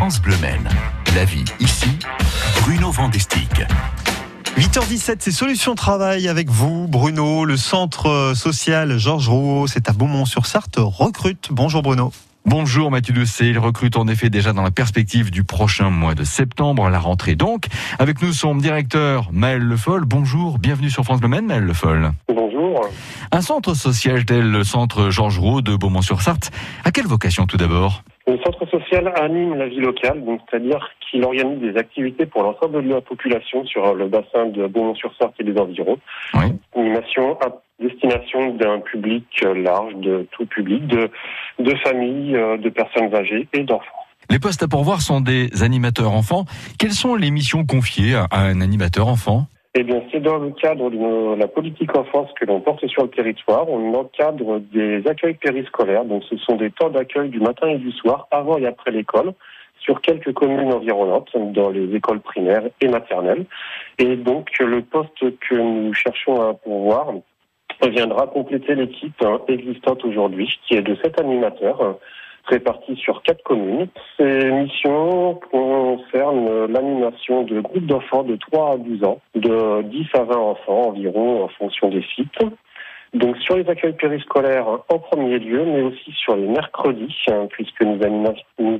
France Bleu Maine. La vie ici, Bruno Vandestick. 8h17, c'est Solutions Travail avec vous, Bruno. Le centre social Georges Rouault, c'est à Beaumont-sur-Sarthe, recrute. Bonjour Bruno. Bonjour Mathieu Doucet, il recrute en effet déjà dans la perspective du prochain mois de septembre, la rentrée donc. Avec nous son directeur Maël Lefoll. Bonjour, bienvenue sur France Bleu Maine, Maël Lefoll. Bonjour. Un centre social tel le centre Georges Rouault de Beaumont-sur-Sarthe, à quelle vocation tout d'abord ? Le centre social anime la vie locale, donc c'est-à-dire qu'il organise des activités pour l'ensemble de la population sur le bassin de Beaumont-sur-Sarthe et des environs. Oui. Animation à destination d'un public large, de tout public, de familles, de personnes âgées et d'enfants. Les postes à pourvoir sont des animateurs enfants. Quelles sont les missions confiées à un animateur enfant ? Eh bien, c'est dans le cadre de la politique enfance que l'on porte sur le territoire. On encadre des accueils périscolaires. Donc, ce sont des temps d'accueil du matin et du soir, avant et après l'école, sur quelques communes environnantes, dans les écoles primaires et maternelles. Et donc, le poste que nous cherchons à pourvoir viendra compléter l'équipe existante aujourd'hui, qui est de 7 animateurs, répartis sur 4 communes. Ces missions concernent l'animation de groupes d'enfants de 3 à 12 ans, de 10 à 20 enfants environ en fonction des sites. Donc sur les accueils périscolaires en premier lieu, mais aussi sur les mercredis, puisque nous animons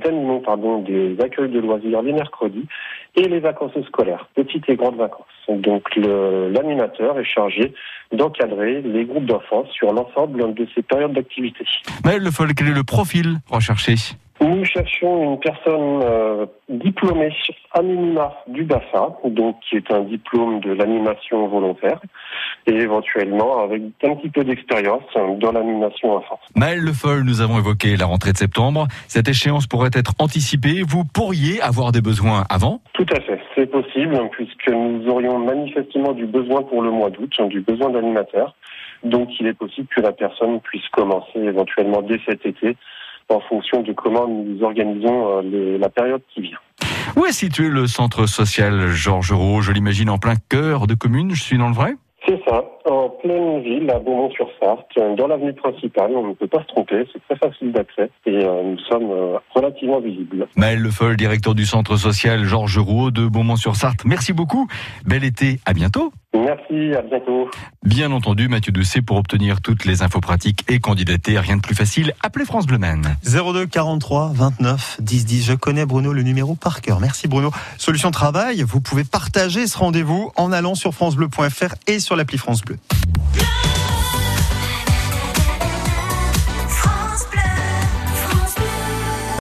des accueils de loisirs les mercredis et les vacances scolaires, petites et grandes vacances. Donc l'animateur est chargé d'encadrer les groupes d'enfants sur l'ensemble de ces périodes d'activité. Maël Lefoll, quel est le profil recherché ? Nous cherchons une personne diplômée à minima du BAFA, donc qui est un diplôme de l'animation volontaire, et éventuellement avec un petit peu d'expérience dans l'animation enfance. Maël Lefoll, nous avons évoqué la rentrée de septembre. Cette échéance pourrait être anticipée. Vous pourriez avoir des besoins avant ? Tout à fait, c'est possible, puisque nous aurions manifestement du besoin pour le mois d'août, du besoin d'animateurs. Donc il est possible que la personne puisse commencer éventuellement dès cet été, en fonction de comment nous organisons la période qui vient. Où est situé le centre social Georges Rouault ? Je l'imagine en plein cœur de commune, je suis dans le vrai ? C'est ça, en pleine ville, à Beaumont-sur-Sarthe, dans l'avenue principale, on ne peut pas se tromper, c'est très facile d'accès et nous sommes relativement visibles. Maël Lefoll, directeur du centre social Georges Rouault de Beaumont-sur-Sarthe, merci beaucoup, bel été, à bientôt. Merci, à bientôt. Bien entendu, Mathieu Doucet, pour obtenir toutes les infos pratiques et candidater, rien de plus facile, appelez France Bleu Maine. 02 43 29 10 10. Je connais Bruno le numéro par cœur. Merci Bruno. Solutions Travail, vous pouvez partager ce rendez-vous en allant sur francebleu.fr et sur l'appli France Bleu.